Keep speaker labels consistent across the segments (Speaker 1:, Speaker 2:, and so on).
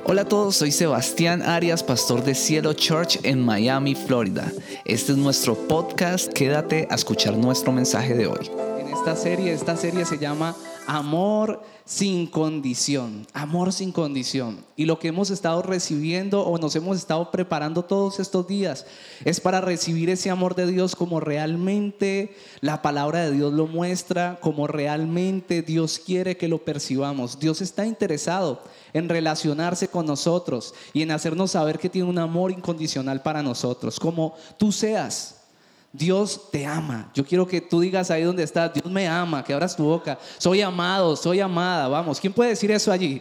Speaker 1: Hola a todos, soy Sebastián Arias, pastor de Cielo Church en Miami, Florida. Este es nuestro podcast, quédate a escuchar nuestro mensaje de hoy.
Speaker 2: En esta serie se llama Amor sin condición, amor sin condición. Y lo que hemos estado recibiendo o nos hemos estado preparando todos estos días es para recibir ese amor de Dios como realmente la palabra de Dios lo muestra, como realmente Dios quiere que lo percibamos. Dios está interesado en relacionarse con nosotros y en hacernos saber que tiene un amor incondicional para nosotros, como tú seas. Dios te ama. Yo quiero que tú digas ahí donde estás: Dios me ama, que abras tu boca. Soy amado, soy amada. Vamos, ¿quién puede decir eso allí?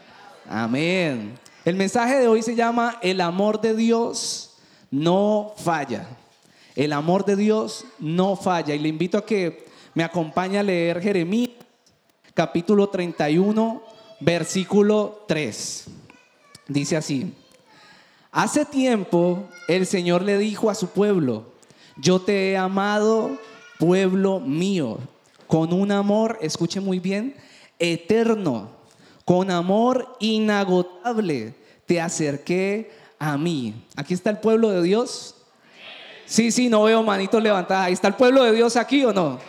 Speaker 2: Amén. El mensaje de hoy se llama: el amor de Dios no falla. El amor de Dios no falla. Y le invito a que me acompañe a leer Jeremías capítulo 31, versículo 3. Dice así: hace tiempo el Señor le dijo a su pueblo: yo te he amado, pueblo mío, con un amor, escuche muy bien, eterno, con amor inagotable, te acerqué a mí. Aquí está el pueblo de Dios. Sí, no veo manitos levantadas. Ahí está el pueblo de Dios aquí, ¿o no?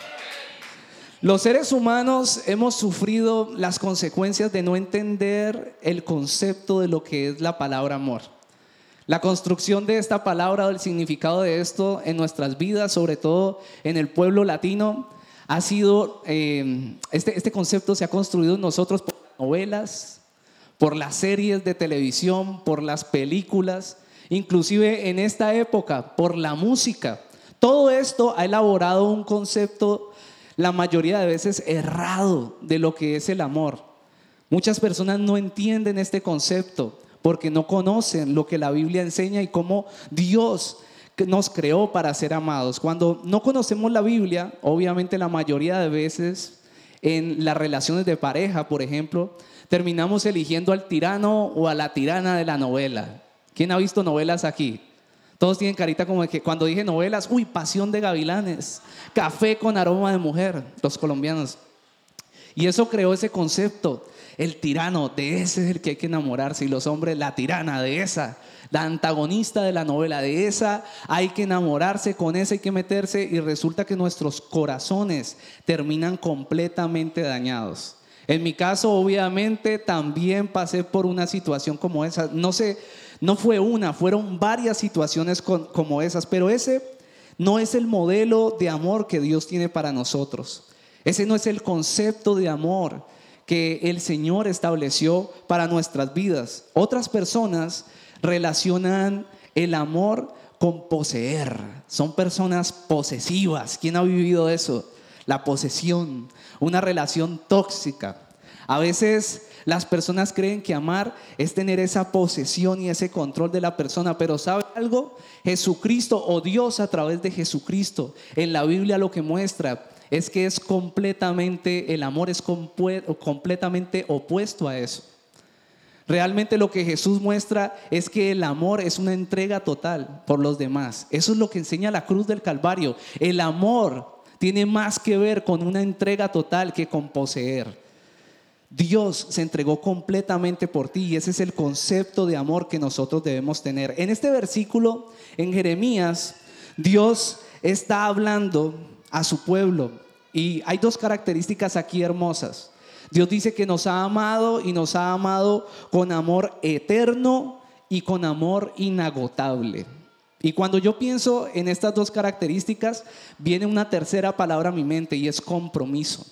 Speaker 2: Los seres humanos hemos sufrido las consecuencias de no entender el concepto de lo que es la palabra amor. La construcción de esta palabra, o el significado de esto en nuestras vidas, sobre todo en el pueblo latino, ha sido, este concepto se ha construido en nosotros por las novelas, por las series de televisión, por las películas, inclusive en esta época, por la música. Todo esto ha elaborado un concepto, la mayoría de veces errado, de lo que es el amor. Muchas personas no entienden este concepto porque no conocen lo que la Biblia enseña y cómo Dios nos creó para ser amados. Cuando no conocemos la Biblia, obviamente la mayoría de veces en las relaciones de pareja, por ejemplo, terminamos eligiendo al tirano o a la tirana de la novela. ¿Quién ha visto novelas aquí? Todos tienen carita como de que cuando dije novelas, Pasión de Gavilanes, Café con aroma de mujer, los colombianos. Y eso creó ese concepto. El tirano, de ese es el que hay que enamorarse. Y los hombres, la tirana, de esa. La antagonista de la novela, de esa hay que enamorarse, con esa hay que meterse. Y resulta que nuestros corazones terminan completamente dañados. En mi caso, obviamente, también pasé por una situación como esa. No fue una, fueron varias situaciones como esas. Pero ese no es el modelo de amor que Dios tiene para nosotros. Ese no es el concepto de amor que el Señor estableció para nuestras vidas. Otras personas relacionan el amor con poseer. Son personas posesivas. ¿Quién ha vivido eso? La posesión, una relación tóxica. A veces las personas creen que amar es tener esa posesión y ese control de la persona, pero ¿sabe algo? Jesucristo, o Dios a través de Jesucristo, en la Biblia lo que muestra es que es completamente, el amor es completamente opuesto a eso. Realmente lo que Jesús muestra es que el amor es una entrega total por los demás. Eso es lo que enseña la cruz del Calvario. El amor tiene más que ver con una entrega total que con poseer. Dios se entregó completamente por ti y ese es el concepto de amor que nosotros debemos tener. En este versículo, en Jeremías, Dios está hablando a su pueblo y hay dos características aquí hermosas. Dios dice que nos ha amado y nos ha amado con amor eterno y con amor inagotable. Y cuando yo pienso en estas dos características, viene una tercera palabra a mi mente y es compromiso.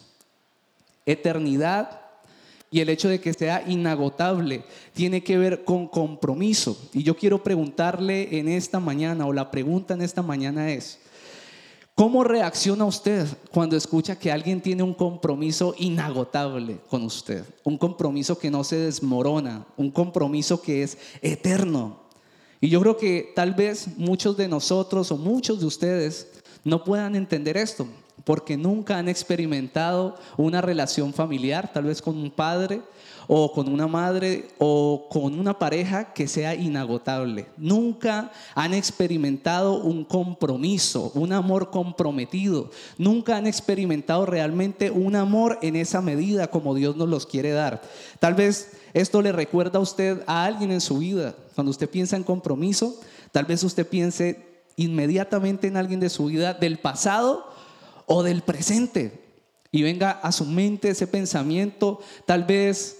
Speaker 2: Eternidad y el hecho de que sea inagotable tiene que ver con compromiso. Y yo quiero preguntarle en esta mañana, o la pregunta en esta mañana es: ¿cómo reacciona usted cuando escucha que alguien tiene un compromiso inagotable con usted? Un compromiso que no se desmorona, un compromiso que es eterno. Y yo creo que tal vez muchos de nosotros o muchos de ustedes no puedan entender esto, porque nunca han experimentado una relación familiar, tal vez con un padre o con una madre o con una pareja que sea inagotable. Nunca han experimentado un compromiso, un amor comprometido. Nunca han experimentado realmente un amor en esa medida como Dios nos los quiere dar. Tal vez esto le recuerda a usted a alguien en su vida. Cuando usted piensa en compromiso, tal vez usted piense inmediatamente en alguien de su vida, del pasado o del presente, y venga a su mente ese pensamiento, tal vez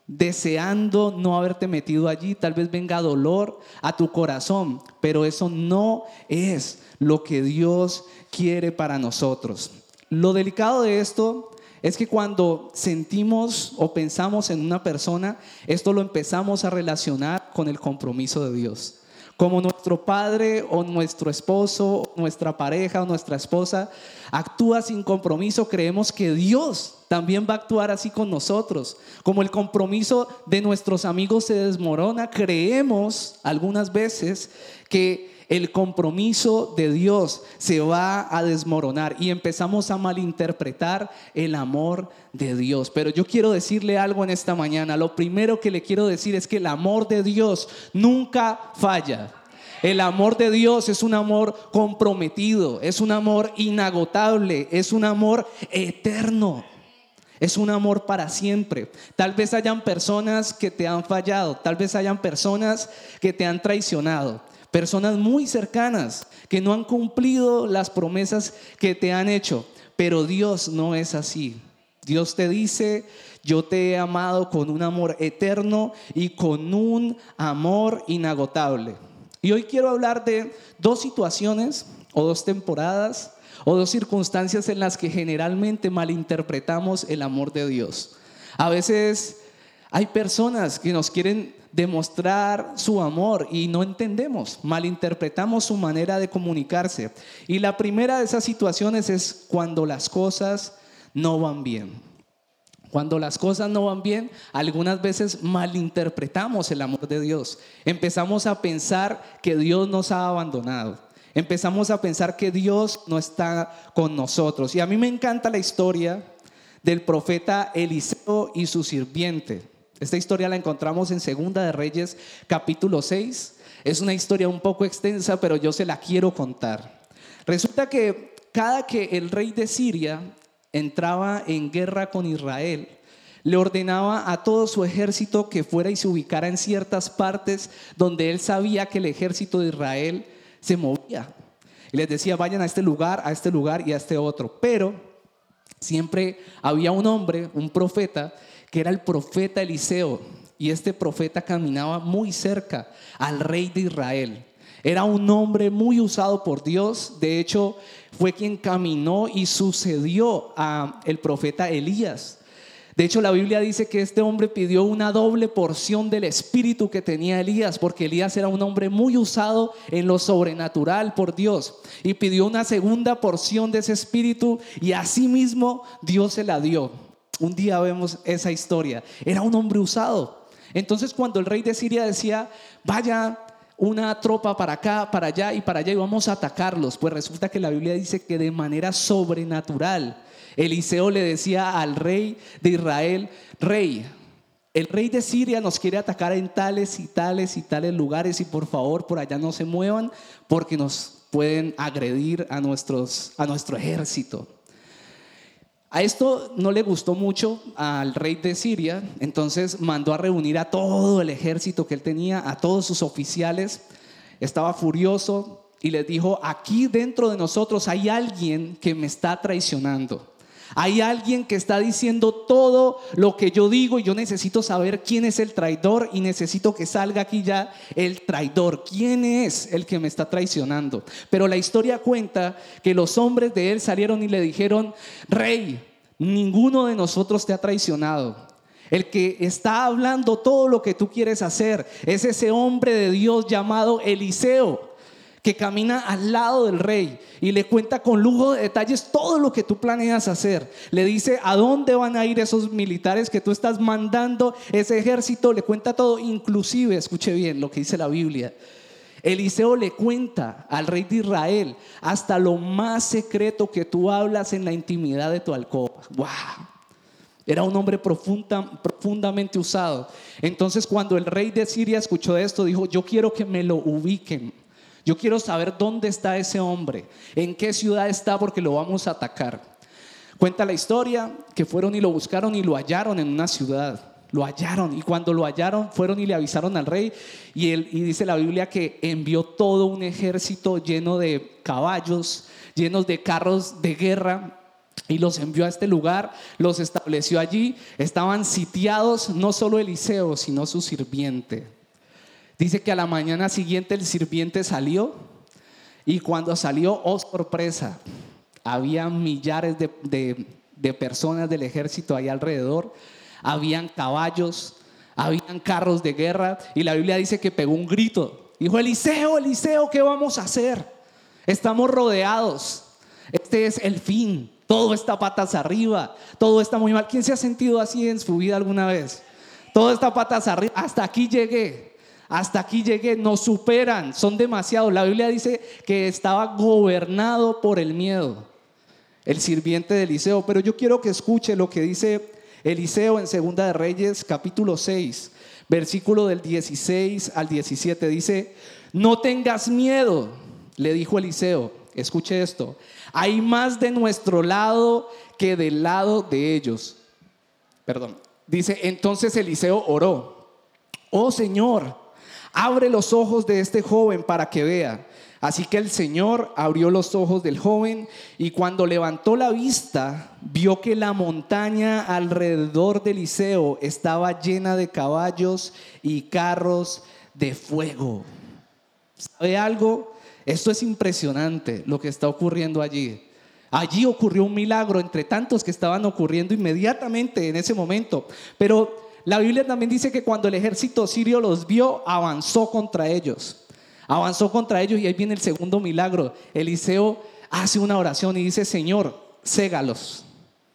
Speaker 2: deseando no haberte metido allí, tal vez venga dolor a tu corazón, pero eso no es lo que Dios quiere para nosotros. Lo delicado de esto es que cuando sentimos o pensamos en una persona, esto lo empezamos a relacionar con el compromiso de Dios. Como nuestro padre o nuestro esposo, o nuestra pareja o nuestra esposa actúa sin compromiso, creemos que Dios también va a actuar así con nosotros. Como el compromiso de nuestros amigos se desmorona, creemos algunas veces que el compromiso de Dios se va a desmoronar y empezamos a malinterpretar el amor de Dios. Pero yo quiero decirle algo en esta mañana. Lo primero que le quiero decir es que el amor de Dios nunca falla. El amor de Dios es un amor comprometido, es un amor inagotable, es un amor eterno. Es un amor para siempre. Tal vez hayan personas que te han fallado, tal vez hayan personas que te han traicionado, personas muy cercanas que no han cumplido las promesas que te han hecho, pero Dios no es así. Dios te dice: yo te he amado con un amor eterno y con un amor inagotable. Y hoy quiero hablar de dos situaciones o dos temporadas o dos circunstancias en las que generalmente malinterpretamos el amor de Dios. A veces hay personas que nos quieren demostrar su amor y no entendemos, malinterpretamos su manera de comunicarse. Y la primera de esas situaciones es cuando las cosas no van bien. Cuando las cosas no van bien, algunas veces malinterpretamos el amor de Dios. Empezamos a pensar que Dios nos ha abandonado. Empezamos a pensar que Dios no está con nosotros. Y a mí me encanta la historia del profeta Eliseo y su sirviente. Esta historia la encontramos en Segunda de Reyes, capítulo 6. Es una historia un poco extensa, pero yo se la quiero contar. Resulta que cada que el rey de Siria entraba en guerra con Israel, le ordenaba a todo su ejército que fuera y se ubicara en ciertas partes donde él sabía que el ejército de Israel se movía. Y les decía: vayan a este lugar y a este otro. Pero siempre había un hombre, un profeta, que era el profeta Eliseo. Y este profeta caminaba muy cerca al rey de Israel. Era un hombre muy usado por Dios. De hecho, fue quien caminó y sucedió a el profeta Elías. De hecho, la Biblia dice que este hombre pidió una doble porción del espíritu que tenía Elías, porque Elías era un hombre muy usado en lo sobrenatural por Dios, y pidió una segunda porción de ese espíritu, y así mismo Dios se la dio. Un día vemos esa historia. Era un hombre usado. Entonces, cuando el rey de Siria decía: vaya una tropa para acá, para allá y para allá, y vamos a atacarlos, pues resulta que la Biblia dice que de manera sobrenatural Eliseo le decía al rey de Israel: rey, el rey de Siria nos quiere atacar en tales y tales y tales lugares, y por favor por allá no se muevan porque nos pueden agredir a nuestro ejército. A esto no le gustó mucho al rey de Siria, entonces mandó a reunir a todo el ejército que él tenía, a todos sus oficiales. Estaba furioso y les dijo: aquí dentro de nosotros hay alguien que me está traicionando. Hay alguien que está diciendo todo lo que yo digo, y yo necesito saber quién es el traidor, y necesito que salga aquí ya el traidor. ¿Quién es el que me está traicionando? Pero la historia cuenta que los hombres de él salieron y le dijeron: rey, ninguno de nosotros te ha traicionado. El que está hablando todo lo que tú quieres hacer es ese hombre de Dios llamado Eliseo, que camina al lado del rey y le cuenta con lujo de detalles todo lo que tú planeas hacer. Le dice a dónde van a ir esos militares que tú estás mandando, ese ejército. Le cuenta todo, inclusive, escuche bien lo que dice la Biblia, Eliseo le cuenta al rey de Israel hasta lo más secreto que tú hablas en la intimidad de tu alcoba. ¡Wow! Era un hombre profundamente usado. Entonces, cuando el rey de Siria escuchó esto, dijo: yo quiero que me lo ubiquen. Yo quiero saber dónde está ese hombre, en qué ciudad está, porque lo vamos a atacar. Cuenta la historia que fueron y lo buscaron y lo hallaron en una ciudad. Lo hallaron, y cuando lo hallaron fueron y le avisaron al rey, y dice la Biblia que envió todo un ejército lleno de caballos, llenos de carros de guerra, y los envió a este lugar, los estableció allí. Estaban sitiados no solo Eliseo, sino su sirviente. Dice que a la mañana siguiente el sirviente salió, y cuando salió, oh sorpresa, había millares de personas del ejército ahí alrededor. Habían caballos, habían carros de guerra, y la Biblia dice que pegó un grito. Dijo: Eliseo, Eliseo, ¿qué vamos a hacer? Estamos rodeados. Este es el fin. Todo está patas arriba. Todo está muy mal. ¿Quién se ha sentido así en su vida alguna vez? Todo está patas arriba. Hasta aquí llegué. Hasta aquí llegué. Nos superan. Son demasiados. La Biblia dice que estaba gobernado por el miedo, el sirviente de Eliseo. Pero yo quiero que escuche lo que dice Eliseo en Segunda de Reyes, capítulo 6, versículo del 16 al 17. Dice: no tengas miedo, le dijo Eliseo. Escuche esto: hay más de nuestro lado que del lado de ellos. Dice: entonces Eliseo oró: oh Señor, abre los ojos de este joven para que vea. Así que el Señor abrió los ojos del joven, y cuando levantó la vista, vio que la montaña alrededor de Eliseo estaba llena de caballos y carros de fuego. ¿Sabe algo? Esto es impresionante lo que está ocurriendo allí. Allí ocurrió un milagro entre tantos que estaban ocurriendo inmediatamente en ese momento. Pero la Biblia también dice que cuando el ejército sirio los vio, avanzó contra ellos. Avanzó contra ellos, y ahí viene el segundo milagro. Eliseo hace una oración y dice: Señor, cégalos.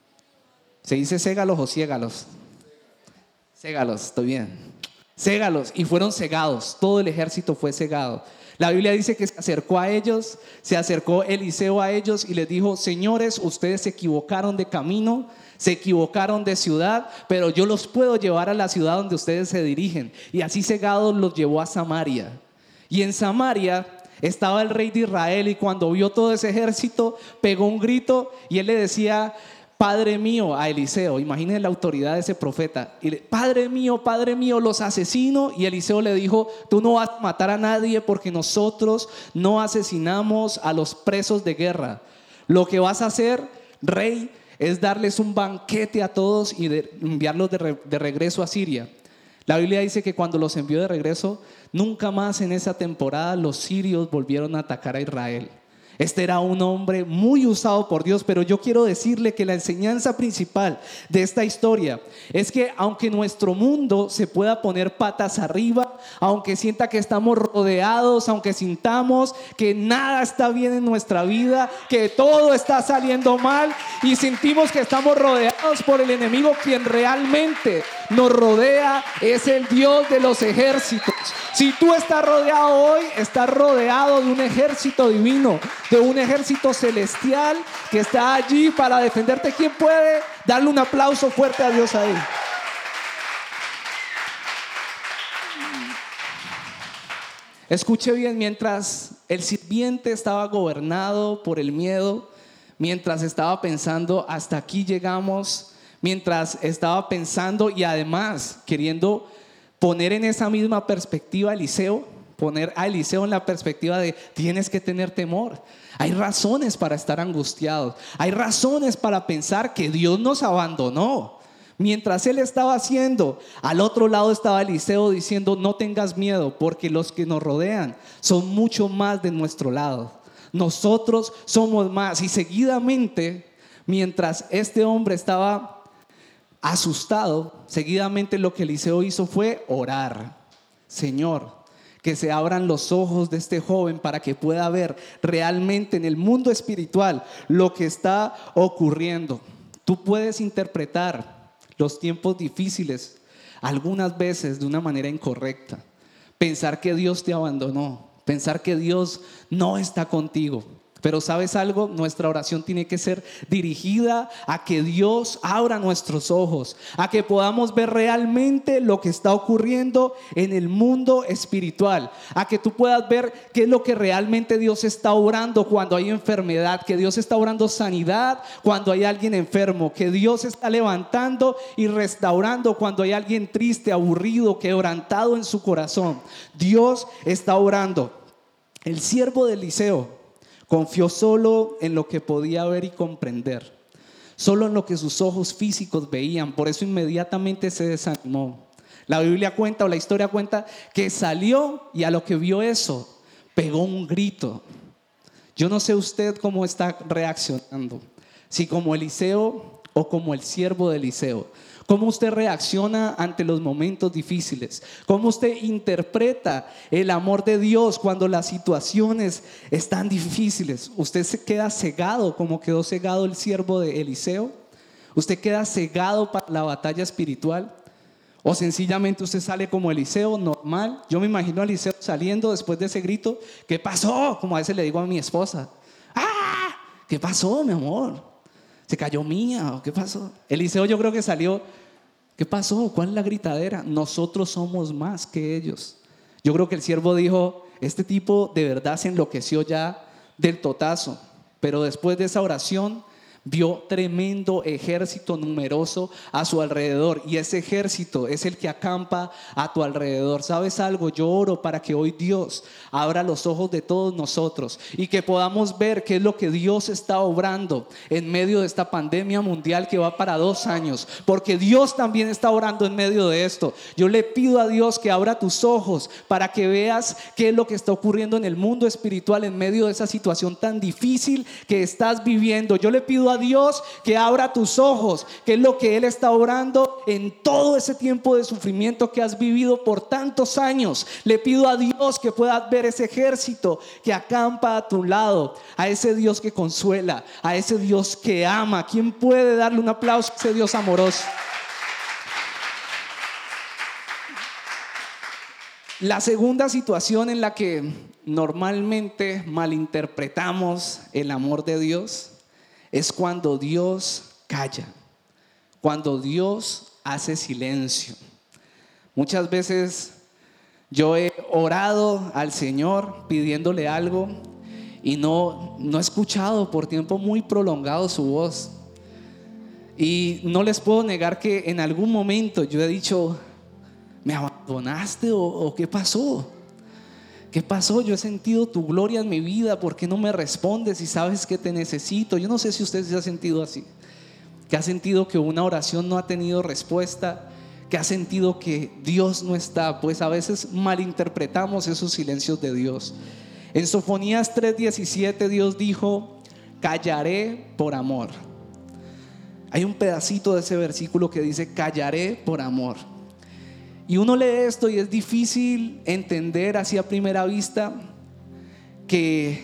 Speaker 2: ¿Se dice cégalos o ciégalos? Cégalos, estoy bien. Cégalos. Y fueron cegados. Todo el ejército fue cegado. La Biblia dice que se acercó a ellos, se acercó Eliseo a ellos y les dijo: señores, ustedes se equivocaron de camino, se equivocaron de ciudad, pero yo los puedo llevar a la ciudad donde ustedes se dirigen. Y así cegados los llevó a Samaria. Y en Samaria estaba el rey de Israel, y cuando vio todo ese ejército, pegó un grito, y él le decía: Padre mío, a Eliseo. Imagínense la autoridad de ese profeta. Padre mío, los asesino. Y Eliseo le dijo: tú no vas a matar a nadie, porque nosotros no asesinamos a los presos de guerra. Lo que vas a hacer, rey, es darles un banquete a todos y enviarlos de regreso a Siria. La Biblia dice que cuando los envió de regreso, nunca más en esa temporada los sirios volvieron a atacar a Israel. Este era un hombre muy usado por Dios, pero yo quiero decirle que la enseñanza principal de esta historia es que aunque nuestro mundo se pueda poner patas arriba, aunque sienta que estamos rodeados, aunque sintamos que nada está bien en nuestra vida, que todo está saliendo mal y sentimos que estamos rodeados por el enemigo, quien realmente nos rodea es el Dios de los ejércitos. Si tú estás rodeado hoy, estás rodeado de un ejército divino, de un ejército celestial que está allí para defenderte. ¿Quién puede darle un aplauso fuerte a Dios ahí? Escuche bien: mientras el sirviente estaba gobernado por el miedo, mientras estaba pensando hasta aquí llegamos, mientras estaba pensando y además queriendo poner en esa misma perspectiva a Eliseo, poner a Eliseo en la perspectiva de tienes que tener temor. Hay razones para estar angustiados, hay razones para pensar que Dios nos abandonó. Mientras él estaba haciendo, al otro lado estaba Eliseo diciendo: no tengas miedo, porque los que nos rodean son mucho más de nuestro lado. Nosotros somos más. Y seguidamente, mientras este hombre estaba asustado, seguidamente lo que Eliseo hizo fue orar: Señor, que se abran los ojos de este joven para que pueda ver realmente en el mundo espiritual lo que está ocurriendo. Tú puedes interpretar los tiempos difíciles algunas veces de una manera incorrecta, pensar que Dios te abandonó, pensar que Dios no está contigo. Pero ¿sabes algo? Nuestra oración tiene que ser dirigida a que Dios abra nuestros ojos, a que podamos ver realmente lo que está ocurriendo en el mundo espiritual, a que tú puedas ver qué es lo que realmente Dios está obrando cuando hay enfermedad, que Dios está obrando sanidad cuando hay alguien enfermo, que Dios está levantando y restaurando cuando hay alguien triste, aburrido, quebrantado en su corazón. Dios está obrando. El siervo de Eliseo confió solo en lo que podía ver y comprender, solo en lo que sus ojos físicos veían. Por eso inmediatamente se desanimó. La Biblia cuenta, o la historia cuenta, que salió y a lo que vio eso, pegó un grito. Yo no sé usted cómo está reaccionando, si como Eliseo o como el siervo de Eliseo. ¿Cómo usted reacciona ante los momentos difíciles? ¿Cómo usted interpreta el amor de Dios cuando las situaciones están difíciles? ¿Usted se queda cegado como quedó cegado el siervo de Eliseo? ¿Usted queda cegado para la batalla espiritual? ¿O sencillamente usted sale como Eliseo, normal? Yo me imagino a Eliseo saliendo después de ese grito. ¿Qué pasó? Como a veces le digo a mi esposa. ¡Ah! ¿Qué pasó, mi amor? ¿Se cayó mía o qué pasó? Eliseo yo creo que salió. ¿Qué pasó? ¿Cuál es la gritadera? Nosotros somos más que ellos. Yo creo que el siervo dijo, este tipo de verdad se enloqueció ya del totazo. Pero después de esa oración vio tremendo ejército numeroso a su alrededor, y ese ejército es el que acampa a tu alrededor. ¿Sabes algo? Yo oro para que hoy Dios abra los ojos de todos nosotros y que podamos ver qué es lo que Dios está obrando en medio de esta pandemia mundial que va para 2 años, porque Dios también está orando en medio de esto. Yo le pido a Dios que abra tus ojos para que veas qué es lo que está ocurriendo en el mundo espiritual en medio de esa situación tan difícil que estás viviendo. Yo le pido a Dios que abra tus ojos, que es lo que Él está orando en todo ese tiempo de sufrimiento que has vivido por tantos años. Le pido a Dios que puedas ver ese ejército que acampa a tu lado, a ese Dios que consuela, a ese Dios que ama. ¿Quién puede darle un aplauso a ese Dios amoroso? La segunda situación en la que normalmente malinterpretamos el amor de Dios es cuando Dios calla, cuando Dios hace silencio. Muchas veces yo he orado al Señor pidiéndole algo y no he escuchado por tiempo muy prolongado su voz. Y no les puedo negar que en algún momento yo he dicho, ¿me abandonaste o qué pasó? ¿Qué pasó? Yo he sentido tu gloria en mi vida. ¿Por qué no me respondes si sabes que te necesito? Yo no sé si usted se ha sentido así, que ha sentido que una oración no ha tenido respuesta, que ha sentido que Dios no está. Pues a veces malinterpretamos esos silencios de Dios. En Sofonías 3:17 Dios dijo, callaré por amor. Hay un pedacito de ese versículo que dice, callaré por amor. Y uno lee esto y es difícil entender así a primera vista que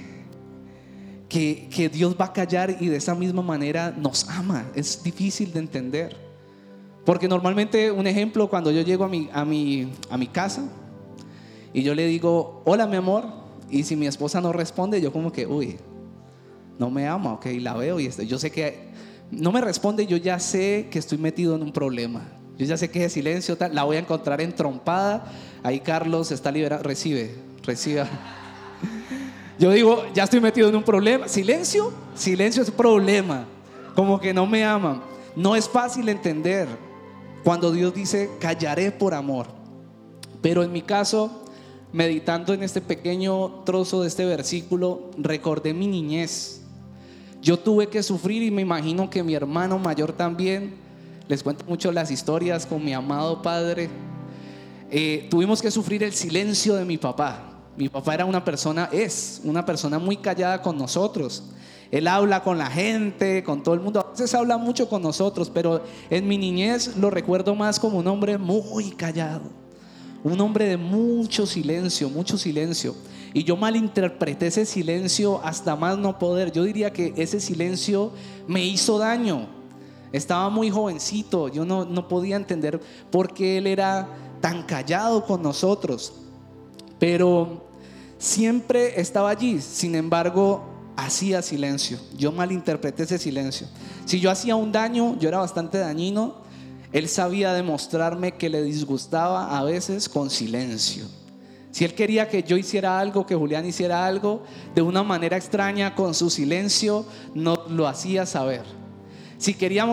Speaker 2: Dios va a callar y de esa misma manera nos ama. Es difícil de entender. Porque normalmente, un ejemplo, cuando yo llego a mi casa y yo le digo, hola mi amor, y si mi esposa no responde, yo como que, uy, no me ama, ok, la veo y yo sé que no me responde, yo ya sé que estoy metido en un problema. Yo ya sé que ese silencio la voy a encontrar entrompada. Ahí Carlos está liberado. Reciba. Yo digo, ya estoy metido en un problema. Silencio es problema. Como que no me aman. No es fácil entender cuando Dios dice, callaré por amor. Pero en mi caso, meditando en este pequeño trozo de este versículo, recordé mi niñez. Yo tuve que sufrir, y me imagino que mi hermano mayor también. Les cuento mucho las historias con mi amado padre. Tuvimos que sufrir el silencio de mi papá. Mi papá era es una persona muy callada con nosotros. Él habla con la gente, con todo el mundo. A veces habla mucho con nosotros, pero en mi niñez lo recuerdo más como un hombre muy callado, un hombre de mucho silencio. Y yo malinterpreté ese silencio hasta más no poder. Yo diría que ese silencio me hizo daño. Estaba muy jovencito, yo no podía entender por qué él era tan callado con nosotros. Pero siempre estaba allí. Sin embargo, hacía silencio. Yo malinterpreté ese silencio. Si yo hacía un daño, yo era bastante dañino, él sabía demostrarme que le disgustaba a veces con silencio. Si él quería que yo hiciera algo, que Julián hiciera algo, de una manera extraña, con su silencio nos lo hacía saber. Si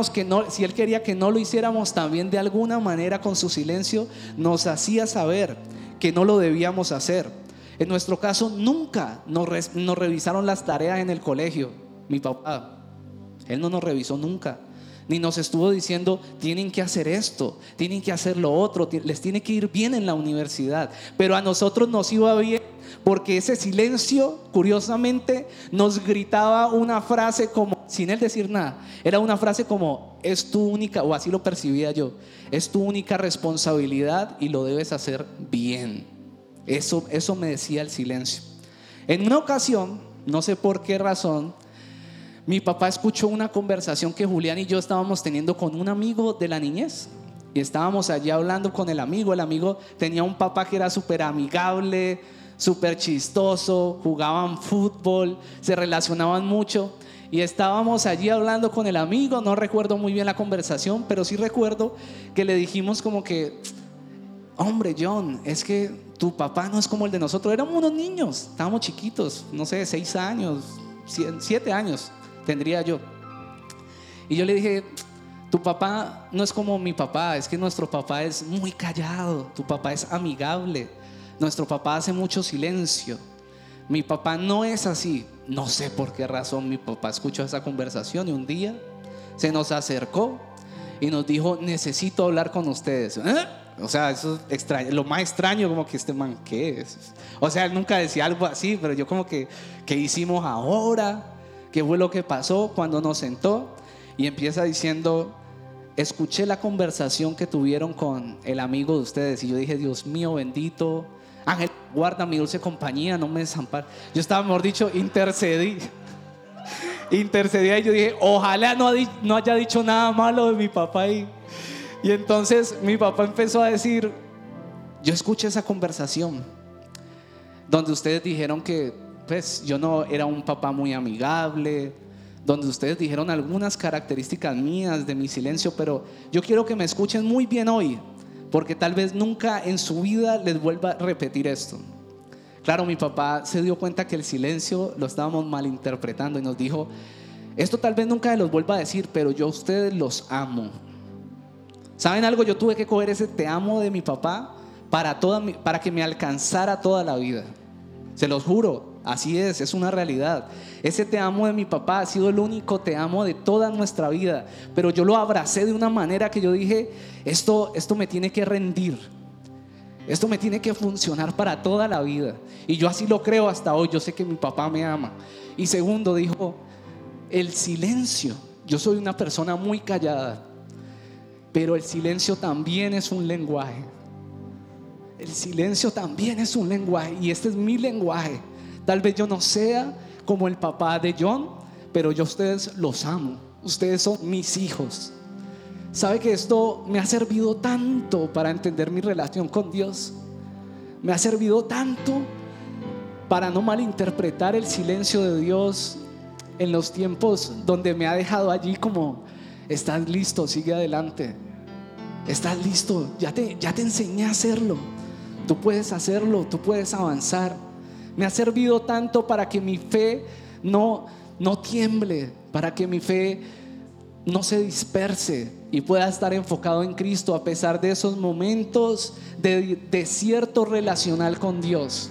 Speaker 2: él quería que no lo hiciéramos, también de alguna manera con su silencio nos hacía saber que no lo debíamos hacer. En nuestro caso, nunca nos revisaron las tareas en el colegio. Mi papá, él no nos revisó nunca, ni nos estuvo diciendo: tienen que hacer esto, tienen que hacer lo otro, les tiene que ir bien en la universidad. Pero a nosotros nos iba bien, porque ese silencio, curiosamente, nos gritaba una frase como, sin él decir nada, era una frase como: es tu única, o así lo percibía yo, es tu única responsabilidad y lo debes hacer bien. Eso me decía el silencio. En una ocasión, no sé por qué razón, mi papá escuchó una conversación que Julián y yo estábamos teniendo con un amigo de la niñez. Y estábamos allí hablando con el amigo. El amigo tenía un papá que era súper amigable, súper chistoso, jugaban fútbol, se relacionaban mucho. Y estábamos allí hablando con el amigo. No recuerdo muy bien la conversación, pero sí recuerdo que le dijimos como que: hombre, John, es que tu papá no es como el de nosotros. Éramos unos niños, estábamos chiquitos, no sé, 6 años, 7 años tendría yo. Y yo le dije: tu papá no es como mi papá, es que nuestro papá es muy callado, tu papá es amigable, nuestro papá hace mucho silencio, mi papá no es así. No sé por qué razón mi papá escuchó esa conversación y un día se nos acercó y nos dijo: necesito hablar con ustedes. O sea, eso es extraño, lo más extraño, como que este man, ¿qué es? O sea, él nunca decía algo así, pero yo como que, ¿qué hicimos ahora? ¿Qué fue lo que pasó? Cuando nos sentó y empieza diciendo: escuché la conversación que tuvieron con el amigo de ustedes. Y yo dije: Dios mío bendito, Ángel, guarda mi dulce compañía, no me desampares. Yo estaba, mejor dicho, intercedí y yo dije: ojalá no haya dicho nada malo de mi papá ahí. Y entonces mi papá empezó a decir: yo escuché esa conversación donde ustedes dijeron que pues yo no era un papá muy amigable, donde ustedes dijeron algunas características mías de mi silencio, pero yo quiero que me escuchen muy bien hoy, porque tal vez nunca en su vida les vuelva a repetir esto. Claro, mi papá se dio cuenta que el silencio lo estábamos malinterpretando y nos dijo: esto tal vez nunca los vuelva a decir, pero yo a ustedes los amo. ¿Saben algo? Yo tuve que coger ese te amo de mi papá para que me alcanzara toda la vida. Se los juro, así es una realidad. Ese te amo de mi papá ha sido el único te amo de toda nuestra vida. Pero yo lo abracé de una manera que yo dije: esto me tiene que rendir. Esto me tiene que funcionar para toda la vida. Y yo así lo creo hasta hoy. Yo sé que mi papá me ama. Y segundo, dijo: el silencio. Yo soy una persona muy callada, pero el silencio también es un lenguaje. El silencio también es un lenguaje. Y este es mi lenguaje. Tal vez yo no sea como el papá de John, pero yo a ustedes los amo. Ustedes son mis hijos. ¿Sabe que esto me ha servido tanto para entender mi relación con Dios? Me ha servido tanto para no malinterpretar el silencio de Dios en los tiempos donde me ha dejado allí como: estás listo, sigue adelante. Estás listo, ya te enseñé a hacerlo. Tú puedes hacerlo, tú puedes avanzar. Me ha servido tanto para que mi fe no tiemble, para que mi fe no se disperse y pueda estar enfocado en Cristo a pesar de esos momentos de desierto relacional con Dios.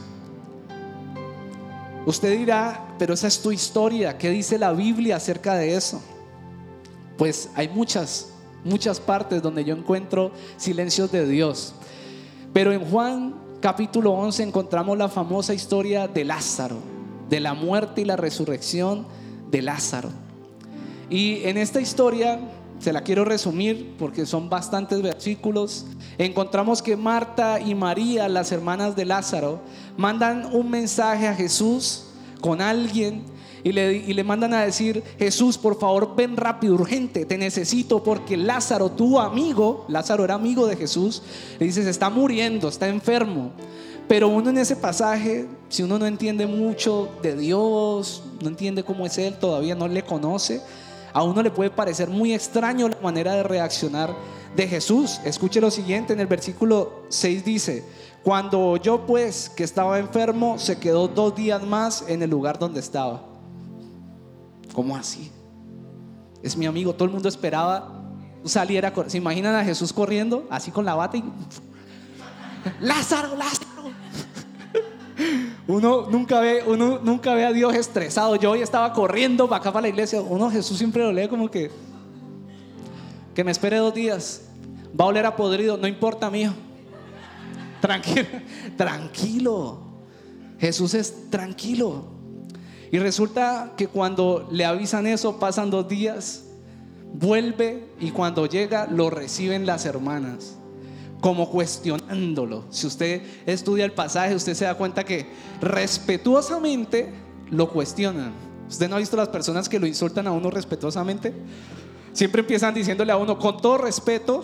Speaker 2: Usted dirá: pero esa es tu historia, ¿qué dice la Biblia acerca de eso? Pues hay muchas partes donde yo encuentro silencios de Dios. Pero en Juan capítulo 11 encontramos la famosa historia de Lázaro, de la muerte y la resurrección de Lázaro. Y en esta historia, se la quiero resumir porque son bastantes versículos. Encontramos que Marta y María, las hermanas de Lázaro, mandan un mensaje a Jesús con alguien y le mandan a decir: Jesús, por favor, ven rápido, urgente, te necesito, porque Lázaro, tu amigo, Lázaro era amigo de Jesús, le dice: se está muriendo, está enfermo. Pero uno en ese pasaje, si uno no entiende mucho de Dios, no entiende cómo es Él, todavía no le conoce, a uno le puede parecer muy extraño la manera de reaccionar de Jesús. Escuche lo siguiente, en el versículo 6 dice: cuando oyó pues que estaba enfermo, se quedó 2 días más en el lugar donde estaba. ¿Cómo así? Es mi amigo, todo el mundo esperaba saliera. ¿Se imaginan a Jesús corriendo así con la bata y Lázaro, Lázaro? Uno nunca ve a Dios estresado. Yo hoy estaba corriendo para acá, para la iglesia. Jesús siempre lo lee como que me espere 2 días. Va a oler a podrido, no importa, mío. Tranquilo, tranquilo. Jesús es tranquilo. Y resulta que cuando le avisan eso, pasan 2 días, vuelve, y cuando llega lo reciben las hermanas, como cuestionándolo. Si usted estudia el pasaje, usted se da cuenta que respetuosamente lo cuestionan. ¿Usted no ha visto las personas que lo insultan a uno respetuosamente? Siempre empiezan diciéndole a uno con todo respeto.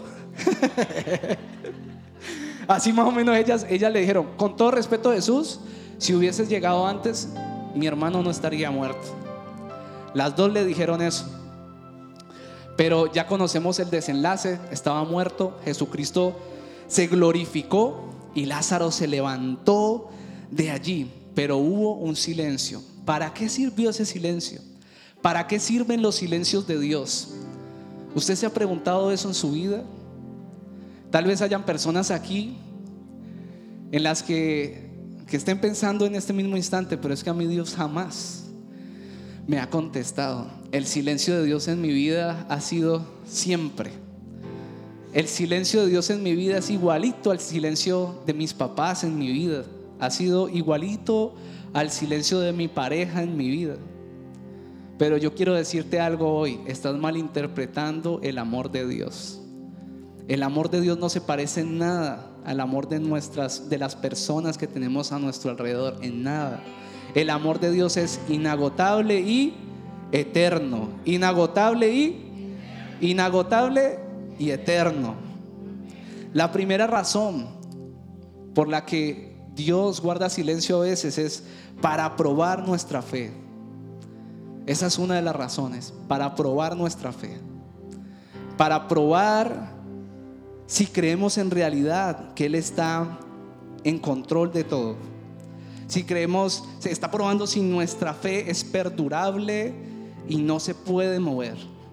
Speaker 2: Así más o menos ellas le dijeron: con todo respeto, Jesús, si hubieses llegado antes, mi hermano no estaría muerto. Las dos le dijeron eso. Pero ya conocemos el desenlace. Estaba muerto, Jesucristo se glorificó y Lázaro se levantó de allí. Pero hubo un silencio. ¿Para qué sirvió ese silencio? ¿Para qué sirven los silencios de Dios? ¿Usted se ha preguntado eso en su vida? Tal vez hayan personas aquí en las que estén pensando en este mismo instante: pero es que a mí Dios jamás me ha contestado. El silencio de Dios en mi vida ha sido siempre. El silencio de Dios en mi vida es igualito al silencio de mis papás en mi vida. Ha sido igualito al silencio de mi pareja en mi vida. Pero yo quiero decirte algo hoy: estás malinterpretando el amor de Dios. El amor de Dios no se parece en nada al amor de las personas que tenemos a nuestro alrededor, en nada. El amor de Dios es inagotable y eterno. Inagotable y eterno. La primera razón por la que Dios guarda silencio a veces es para probar nuestra fe. Esa es una de las razones, para probar nuestra fe, para probar si creemos en realidad que Él está en control de todo. Si creemos, se está probando si nuestra fe es perdurable y no se puede mover.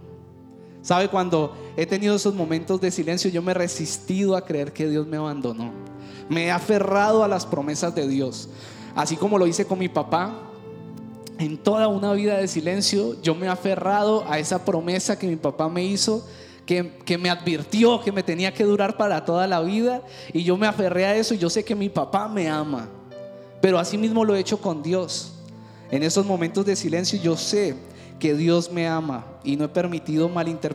Speaker 2: ¿Sabe? Cuando he tenido esos momentos de silencio, yo me he resistido a creer que Dios me abandonó. Me he aferrado a las promesas de Dios, así como lo hice con mi papá. En toda una vida de silencio, yo me he aferrado a esa promesa que mi papá me hizo, que me advirtió que me tenía que durar para toda la vida. Y yo me aferré a eso, y yo sé que mi papá me ama. Pero así mismo lo he hecho con Dios. En esos momentos de silencio yo sé que Dios me ama, y no me he permitido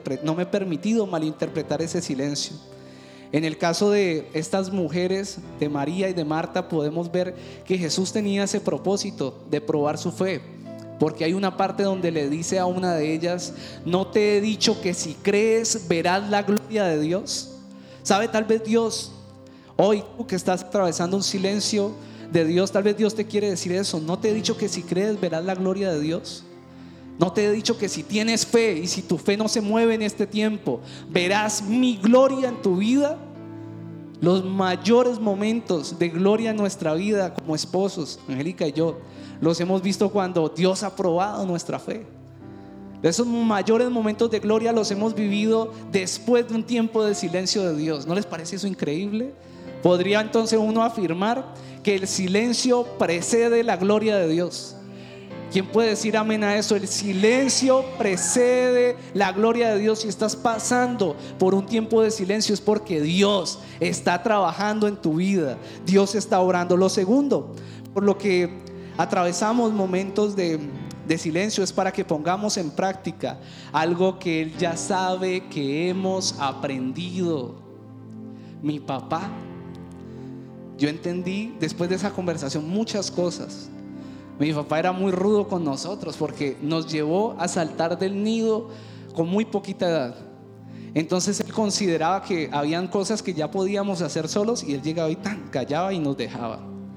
Speaker 2: malinterpretar ese silencio. En el caso de estas mujeres, de María y de Marta, podemos ver que Jesús tenía ese propósito de probar su fe, porque hay una parte donde le dice a una de ellas: ¿no te he dicho que si crees verás la gloria de Dios? ¿Sabe? Tal vez Dios, hoy tú que estás atravesando un silencio de Dios, tal vez Dios te quiere decir eso: ¿no te he dicho que si crees verás la gloria de Dios? ¿No te he dicho que si tienes fe y si tu fe no se mueve en este tiempo, verás mi gloria en tu vida? Los mayores momentos de gloria en nuestra vida como esposos, Angélica y yo, los hemos visto cuando Dios ha probado nuestra fe. Esos mayores momentos de gloria los hemos vivido después de un tiempo de silencio de Dios. ¿No les parece eso increíble? Podría entonces uno afirmar que el silencio precede la gloria de Dios. ¿Quién puede decir amén a eso? El silencio precede la gloria de Dios. Si estás pasando por un tiempo de silencio, es porque Dios está trabajando en tu vida. Dios está obrando. Lo segundo, por lo que atravesamos momentos de silencio, es para que pongamos en práctica algo que Él ya sabe que hemos aprendido. Mi papá, yo entendí después de esa conversación muchas cosas. Mi papá era muy rudo con nosotros porque nos llevó a saltar del nido con muy poquita edad. Entonces él consideraba que habían cosas que ya podíamos hacer solos, y él llegaba y callaba y nos dejaba.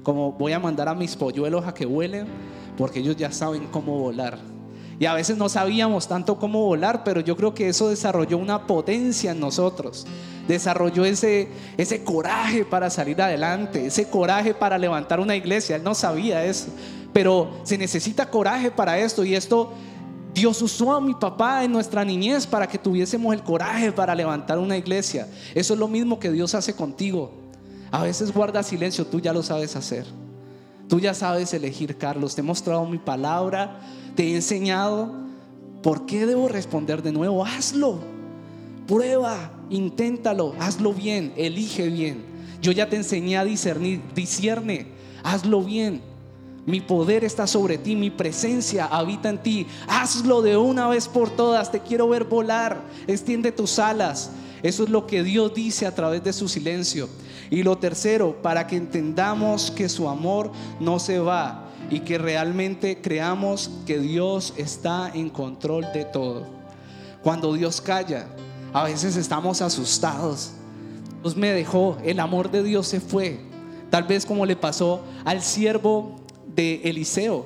Speaker 2: como voy a mandar a mis polluelos a que vuelen, porque ellos ya saben cómo volar. Y a veces no sabíamos tanto cómo volar, pero yo creo que eso desarrolló una potencia en nosotros. Desarrolló ese coraje para salir adelante, ese coraje para levantar una iglesia. Él no sabía eso, pero se necesita coraje para esto. Y esto Dios usó a mi papá en nuestra niñez para que tuviésemos el coraje para levantar una iglesia. Eso es lo mismo que Dios hace contigo. A veces guarda silencio, tú ya lo sabes hacer. Tú ya sabes elegir, Carlos. Te he mostrado mi palabra, te he enseñado. ¿Por qué debo responder de nuevo? Hazlo, prueba, inténtalo, hazlo bien, elige bien. Yo ya te enseñé a discernir, discierne, hazlo bien. Mi poder está sobre ti, mi presencia habita en ti. Hazlo de una vez por todas. Te quiero ver volar, extiende tus alas. Eso es lo que Dios dice a través de su silencio. Y lo tercero, para que entendamos que su amor no se va y que realmente creamos que Dios está en control de todo. Cuando Dios calla, a veces estamos asustados. Dios me dejó, el amor de Dios se fue. Tal vez como le pasó al siervo de Eliseo.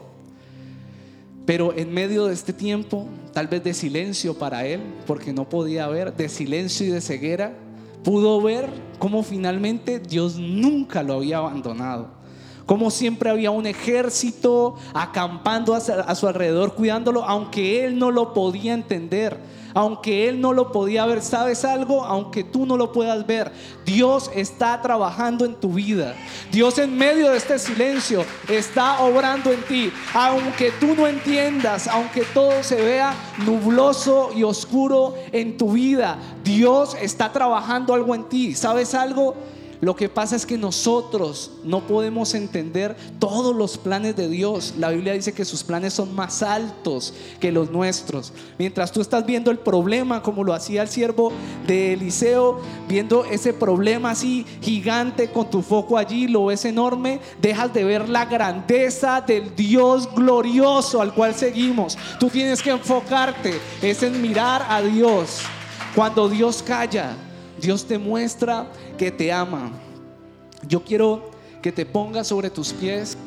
Speaker 2: Pero en medio de este tiempo, tal vez de silencio para él, porque no podía ver, de silencio y de ceguera, pudo ver cómo finalmente Dios nunca lo había abandonado. Como siempre había un ejército acampando a su alrededor, cuidándolo, aunque él no lo podía entender, aunque él no lo podía ver. ¿Sabes algo? Aunque tú no lo puedas ver, Dios está trabajando en tu vida. Dios en medio de este silencio está obrando en ti. Aunque tú no entiendas, aunque todo se vea nubloso y oscuro en tu vida, Dios está trabajando algo en ti. ¿Sabes algo? Lo que pasa es que nosotros no podemos entender todos los planes de Dios. La Biblia dice que sus planes son más altos que los nuestros. Mientras tú estás viendo el problema, como lo hacía el siervo de Eliseo, viendo ese problema así gigante con tu foco allí, lo ves enorme, dejas de ver la grandeza del Dios glorioso al cual seguimos. Tú tienes que enfocarte, es en mirar a Dios. Cuando Dios calla, Dios te muestra que te ama. Yo quiero que te pongas sobre tus pies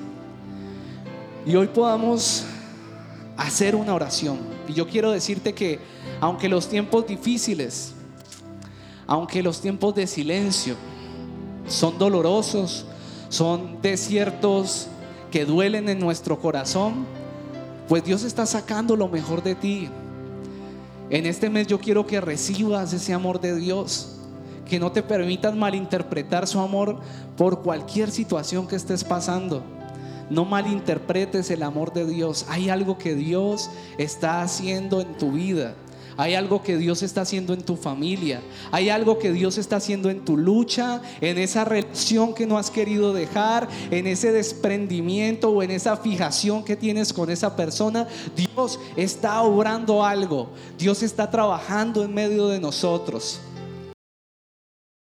Speaker 2: y hoy podamos hacer una oración. Y yo quiero decirte que aunque los tiempos difíciles, aunque los tiempos de silencio son dolorosos, son desiertos que duelen en nuestro corazón, pues Dios está sacando lo mejor de ti. En este mes yo quiero que recibas ese amor de Dios, que no te permitas malinterpretar su amor por cualquier situación que estés pasando. No malinterpretes el amor de Dios. Hay algo que Dios está haciendo en tu vida. Hay algo que Dios está haciendo en tu familia. Hay algo que Dios está haciendo en tu lucha, en esa relación que no has querido dejar, en ese desprendimiento o en esa fijación que tienes con esa persona. Dios está obrando algo. Dios está trabajando en medio de nosotros.